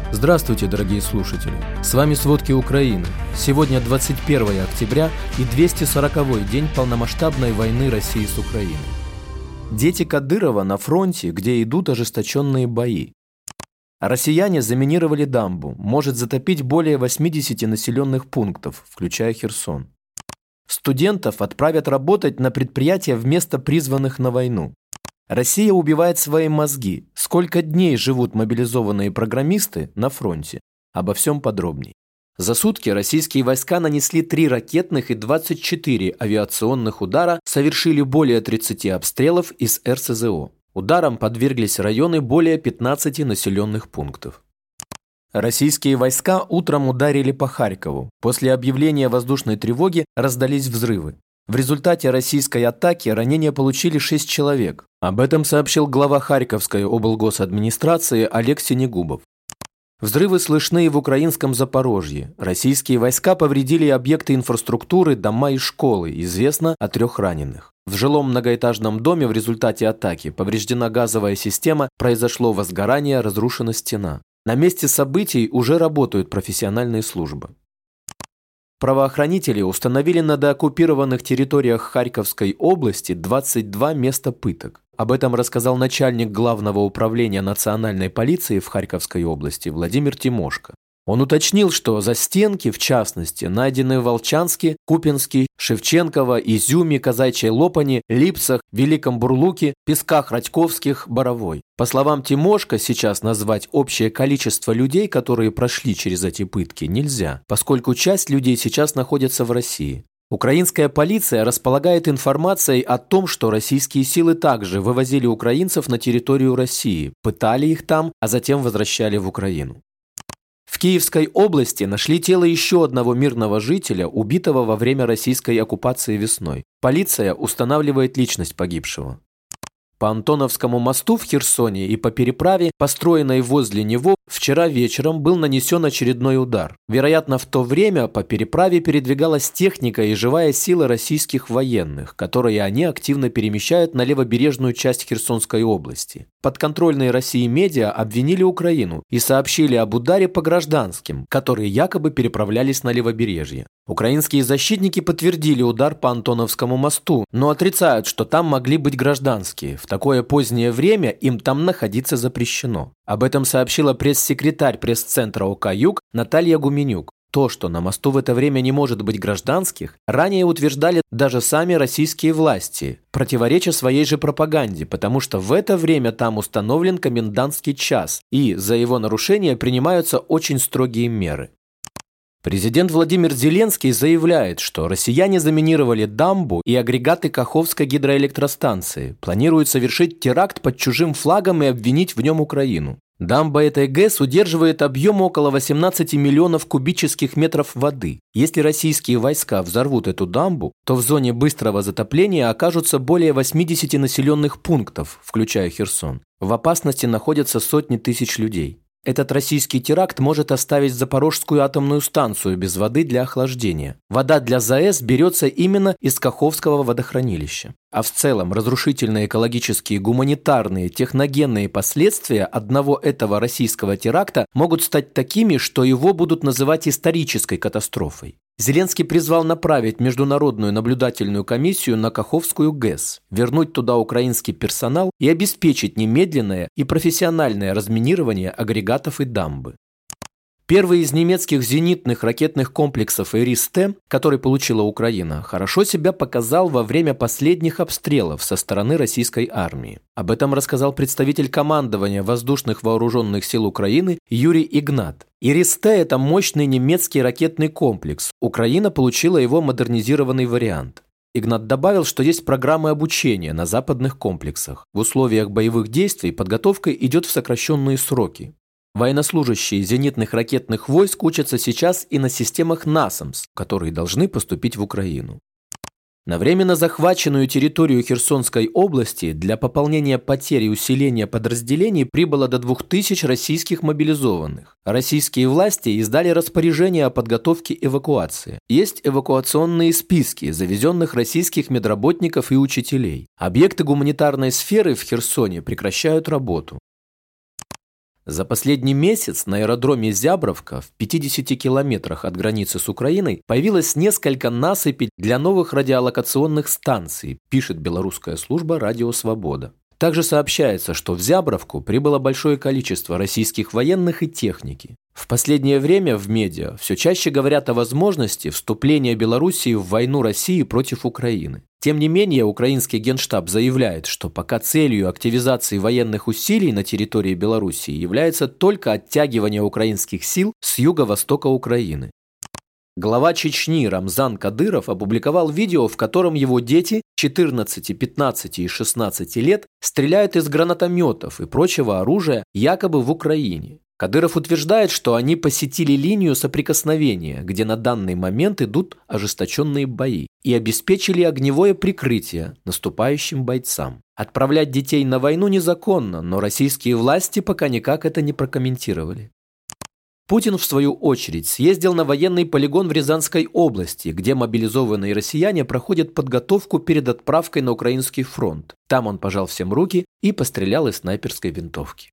Здравствуйте, дорогие слушатели! С вами «Сводки Украины». Сегодня 21 октября и 240-й день полномасштабной войны России с Украиной. Дети Кадырова на фронте, где идут ожесточенные бои. Россияне заминировали дамбу, может затопить более 80 населенных пунктов, включая Херсон. Студентов отправят работать на предприятия вместо призванных на войну. Россия убивает свои мозги. Сколько дней живут мобилизованные программисты на фронте? Обо всем подробней. За сутки российские войска нанесли 3 ракетных и 24 авиационных удара, совершили более 30 обстрелов из РСЗО. Ударам подверглись районы более 15 населенных пунктов. Российские войска утром ударили по Харькову. После объявления воздушной тревоги раздались взрывы. В результате российской атаки ранения получили 6 человек. Об этом сообщил глава Харьковской облгосадминистрации Олег Синегубов. Взрывы слышны и в украинском Запорожье. Российские войска повредили объекты инфраструктуры, дома и школы. Известно о 3 раненых. В жилом многоэтажном доме в результате атаки повреждена газовая система, произошло возгорание, разрушена стена. На месте событий уже работают профессиональные службы. Правоохранители установили на деоккупированных территориях Харьковской области 22 места пыток. Об этом рассказал начальник Главного управления национальной полиции в Харьковской области Владимир Тимошко. Он уточнил, что застенки, в частности, найдены в Волчанске, Купинске, Шевченково, Изюме, Казачьей Лопани, Липцах, Великом Бурлуке, Песках Радьковских, Боровой. По словам Тимошко, сейчас назвать общее количество людей, которые прошли через эти пытки, нельзя, поскольку часть людей сейчас находится в России. Украинская полиция располагает информацией о том, что российские силы также вывозили украинцев на территорию России, пытали их там, а затем возвращали в Украину. В Киевской области нашли тело еще одного мирного жителя, убитого во время российской оккупации весной. Полиция устанавливает личность погибшего. По Антоновскому мосту в Херсоне и по переправе, построенной возле него, вчера вечером был нанесен очередной удар. Вероятно, в то время по переправе передвигалась техника и живая сила российских военных, которые они активно перемещают на левобережную часть Херсонской области. Подконтрольные России медиа обвинили Украину и сообщили об ударе по гражданским, которые якобы переправлялись на левобережье. Украинские защитники подтвердили удар по Антоновскому мосту, но отрицают, что там могли быть гражданские. В такое позднее время им там находиться запрещено. Об этом сообщила пресс-секретарь пресс-центра ОК «Юг» Наталья Гуменюк. То, что на мосту в это время не может быть гражданских, ранее утверждали даже сами российские власти, противореча своей же пропаганде, потому что в это время там установлен комендантский час, и за его нарушение принимаются очень строгие меры. Президент Владимир Зеленский заявляет, что россияне заминировали дамбу и агрегаты Каховской гидроэлектростанции, планируют совершить теракт под чужим флагом и обвинить в нем Украину. Дамба этой ГЭС удерживает объем около 18 миллионов кубических метров воды. Если российские войска взорвут эту дамбу, то в зоне быстрого затопления окажутся более 80 населенных пунктов, включая Херсон. В опасности находятся сотни тысяч людей. Этот российский теракт может оставить Запорожскую атомную станцию без воды для охлаждения. Вода для ЗАЭС берется именно из Каховского водохранилища. А в целом разрушительные экологические, гуманитарные, техногенные последствия одного этого российского теракта могут стать такими, что его будут называть исторической катастрофой. Зеленский призвал направить международную наблюдательную комиссию на Каховскую ГЭС, вернуть туда украинский персонал и обеспечить немедленное и профессиональное разминирование агрегатов и дамбы. Первый из немецких зенитных ракетных комплексов «Ирис-Т», который получила Украина, хорошо себя показал во время последних обстрелов со стороны российской армии. Об этом рассказал представитель командования воздушных вооруженных сил Украины Юрий Игнат. «Ирис-Т» – это мощный немецкий ракетный комплекс. Украина получила его модернизированный вариант. Игнат добавил, что есть программы обучения на западных комплексах. В условиях боевых действий подготовка идет в сокращенные сроки. Военнослужащие зенитных ракетных войск учатся сейчас и на системах НАСАМС, которые должны поступить в Украину. На временно захваченную территорию Херсонской области для пополнения потерь и усиления подразделений прибыло до 2000 российских мобилизованных. Российские власти издали распоряжение о подготовке эвакуации. Есть эвакуационные списки завезенных российских медработников и учителей. Объекты гуманитарной сферы в Херсоне прекращают работу. За последний месяц на аэродроме Зябровка в 50 километрах от границы с Украиной появилось несколько насыпей для новых радиолокационных станций, пишет белорусская служба «Радио Свобода». Также сообщается, что в Зябровку прибыло большое количество российских военных и техники. В последнее время в медиа все чаще говорят о возможности вступления Белоруссии в войну России против Украины. Тем не менее, украинский генштаб заявляет, что пока целью активизации военных усилий на территории Белоруссии является только оттягивание украинских сил с юго-востока Украины. Глава Чечни Рамзан Кадыров опубликовал видео, в котором его дети 14, 15 и 16 лет стреляют из гранатометов и прочего оружия якобы в Украине. Кадыров утверждает, что они посетили линию соприкосновения, где на данный момент идут ожесточенные бои, и обеспечили огневое прикрытие наступающим бойцам. Отправлять детей на войну незаконно, но российские власти пока никак это не прокомментировали. Путин, в свою очередь, съездил на военный полигон в Рязанской области, где мобилизованные россияне проходят подготовку перед отправкой на украинский фронт. Там он пожал всем руки и пострелял из снайперской винтовки.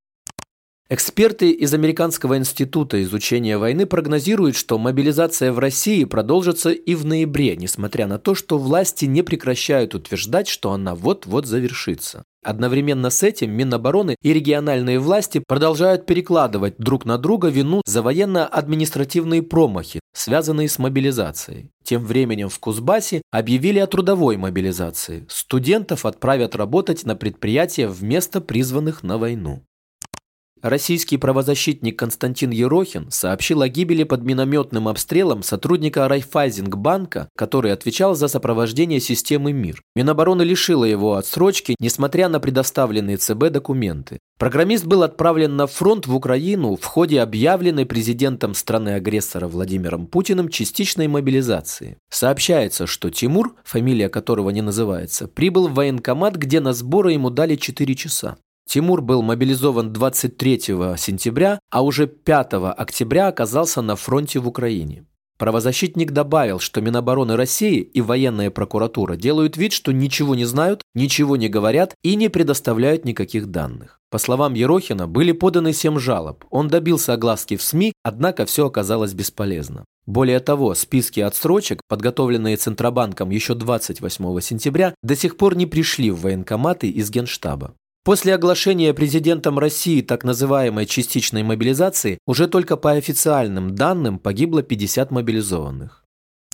Эксперты из Американского института изучения войны прогнозируют, что мобилизация в России продолжится и в ноябре, несмотря на то, что власти не прекращают утверждать, что она вот-вот завершится. Одновременно с этим Минобороны и региональные власти продолжают перекладывать друг на друга вину за военно-административные промахи, связанные с мобилизацией. Тем временем в Кузбассе объявили о трудовой мобилизации. Студентов отправят работать на предприятия вместо призванных на войну. Российский правозащитник Константин Ерохин сообщил о гибели под минометным обстрелом сотрудника Райффайзенбанка, который отвечал за сопровождение системы МИР. Минобороны лишила его отсрочки, несмотря на предоставленные ЦБ документы. Программист был отправлен на фронт в Украину в ходе объявленной президентом страны-агрессора Владимиром Путиным частичной мобилизации. Сообщается, что Тимур, фамилия которого не называется, прибыл в военкомат, где на сборы ему дали 4 часа. Тимур был мобилизован 23 сентября, а уже 5 октября оказался на фронте в Украине. Правозащитник добавил, что Минобороны России и военная прокуратура делают вид, что ничего не знают, ничего не говорят и не предоставляют никаких данных. По словам Ерохина, были поданы 7 жалоб. Он добился огласки в СМИ, однако все оказалось бесполезно. Более того, списки отсрочек, подготовленные Центробанком еще 28 сентября, до сих пор не пришли в военкоматы из Генштаба. После оглашения президентом России так называемой частичной мобилизации уже только по официальным данным погибло 50 мобилизованных.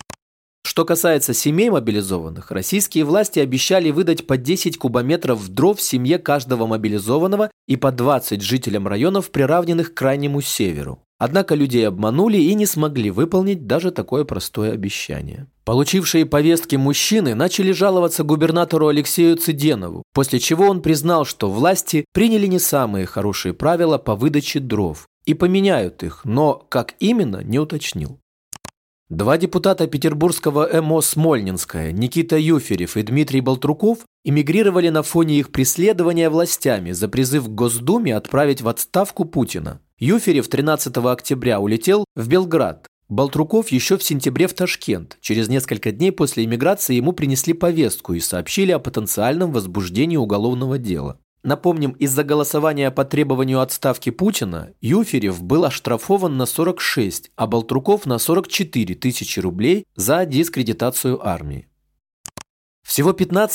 Что касается семей мобилизованных, российские власти обещали выдать по 10 кубометров дров семье каждого мобилизованного и по 20 жителям районов, приравненных к Крайнему Северу. Однако людей обманули и не смогли выполнить даже такое простое обещание. Получившие повестки мужчины начали жаловаться губернатору Алексею Цыденову, после чего он признал, что власти приняли не самые хорошие правила по выдаче дров и поменяют их, но как именно, не уточнил. 2 депутата петербургского МО «Смольнинская» Никита Юферев и Дмитрий Болтруков эмигрировали на фоне их преследования властями за призыв к Госдуме отправить в отставку Путина. Юферев 13 октября улетел в Белград. Болтруков еще в сентябре в Ташкент. Через несколько дней после эмиграции ему принесли повестку и сообщили о потенциальном возбуждении уголовного дела. Напомним, из-за голосования по требованию отставки Путина Юферев был оштрафован на 46, а Болтруков на 44 тысячи рублей за дискредитацию армии. Всего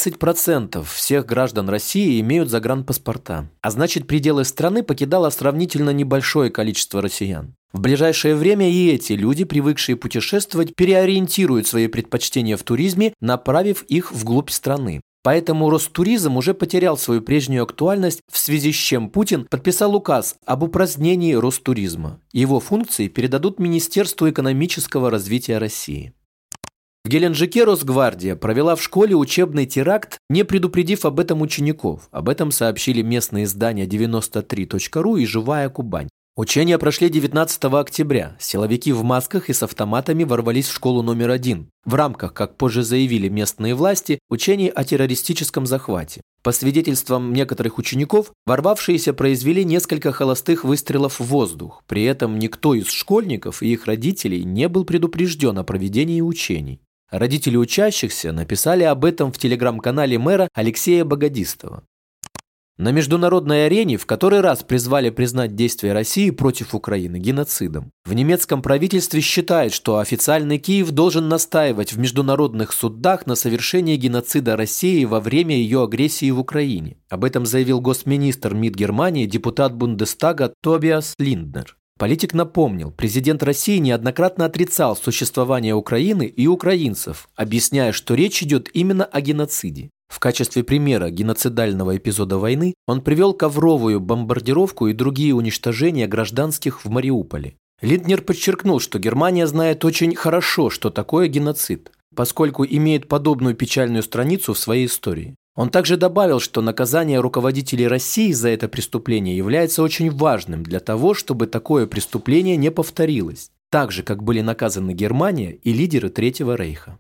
15% всех граждан России имеют загранпаспорта, а значит, пределы страны покидало сравнительно небольшое количество россиян. В ближайшее время и эти люди, привыкшие путешествовать, переориентируют свои предпочтения в туризме, направив их вглубь страны. Поэтому Ростуризм уже потерял свою прежнюю актуальность, в связи с чем Путин подписал указ об упразднении Ростуризма. Его функции передадут Министерству экономического развития России. В Геленджике Росгвардия провела в школе учебный теракт, не предупредив об этом учеников. Об этом сообщили местные издания 93.ru и «Живая Кубань». Учения прошли 19 октября. Силовики в масках и с автоматами ворвались в школу номер 1. В рамках, как позже заявили местные власти, учений о террористическом захвате. По свидетельствам некоторых учеников, ворвавшиеся произвели несколько холостых выстрелов в воздух. При этом никто из школьников и их родителей не был предупрежден о проведении учений. Родители учащихся написали об этом в телеграм-канале мэра Алексея Богодистова. На международной арене в который раз призвали признать действия России против Украины геноцидом. В немецком правительстве считают, что официальный Киев должен настаивать в международных судах на совершении геноцида России во время ее агрессии в Украине. Об этом заявил госминистр МИД Германии, депутат Бундестага Тобиас Линднер. Политик напомнил, президент России неоднократно отрицал существование Украины и украинцев, объясняя, что речь идет именно о геноциде. В качестве примера геноцидального эпизода войны он привел ковровую бомбардировку и другие уничтожения гражданских в Мариуполе. Линднер подчеркнул, что Германия знает очень хорошо, что такое геноцид, поскольку имеет подобную печальную страницу в своей истории. Он также добавил, что наказание руководителей России за это преступление является очень важным для того, чтобы такое преступление не повторилось, так же, как были наказаны Германия и лидеры Третьего Рейха.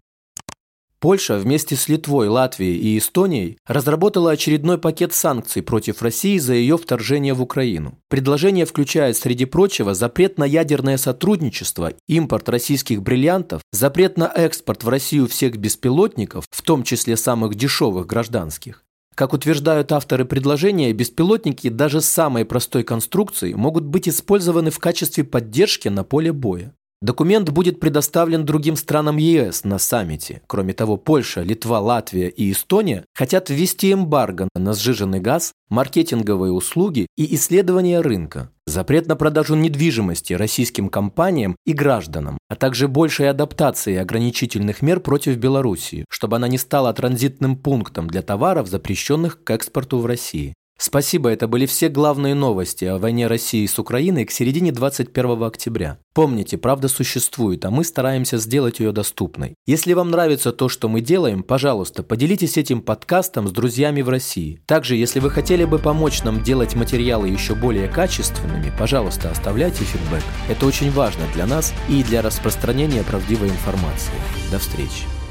Польша вместе с Литвой, Латвией и Эстонией разработала очередной пакет санкций против России за ее вторжение в Украину. Предложение включает, среди прочего, запрет на ядерное сотрудничество, импорт российских бриллиантов, запрет на экспорт в Россию всех беспилотников, в том числе самых дешевых гражданских. Как утверждают авторы предложения, беспилотники даже самой простой конструкции могут быть использованы в качестве поддержки на поле боя. Документ будет предоставлен другим странам ЕС на саммите. Кроме того, Польша, Литва, Латвия и Эстония хотят ввести эмбарго на сжиженный газ, маркетинговые услуги и исследования рынка, запрет на продажу недвижимости российским компаниям и гражданам, а также большей адаптации ограничительных мер против Белоруссии, чтобы она не стала транзитным пунктом для товаров, запрещенных к экспорту в России. Спасибо, это были все главные новости о войне России с Украиной к середине 21 октября. Помните, правда существует, а мы стараемся сделать ее доступной. Если вам нравится то, что мы делаем, пожалуйста, поделитесь этим подкастом с друзьями в России. Также, если вы хотели бы помочь нам делать материалы еще более качественными, пожалуйста, оставляйте фидбэк. Это очень важно для нас и для распространения правдивой информации. До встречи.